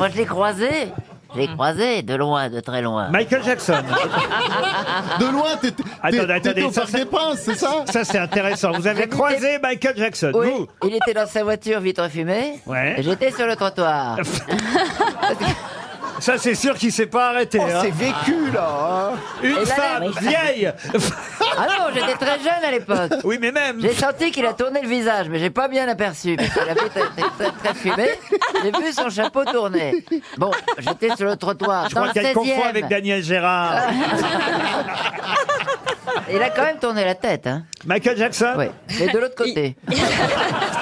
Moi, je l'ai croisé. Je l'ai croisé de loin, de très loin. Michael Jackson. De loin, t'étais Attendez, au ça, Parc des Princes, c'est ça? Ça, c'est intéressant. Vous avez croisé Michael Jackson, Oui, vous? il était dans sa voiture vitre fumée. Ouais. Et j'étais sur le trottoir. Ça, c'est sûr qu'il s'est pas arrêté. Oh, hein. c'est vécu, là. Hein. Une Et là, femme là, vieille. Ah non, j'étais très jeune à l'époque. Oui, mais même. J'ai senti qu'il a tourné le visage, mais j'ai pas bien aperçu, parce que la vitre était très fumée. J'ai vu son chapeau tourner. Bon, j'étais sur le trottoir, Je dans crois le qu'elle confond 16e. avec Daniel Gérard. Il a quand même tourné la tête, hein. Michael Jackson. Oui, mais de l'autre côté.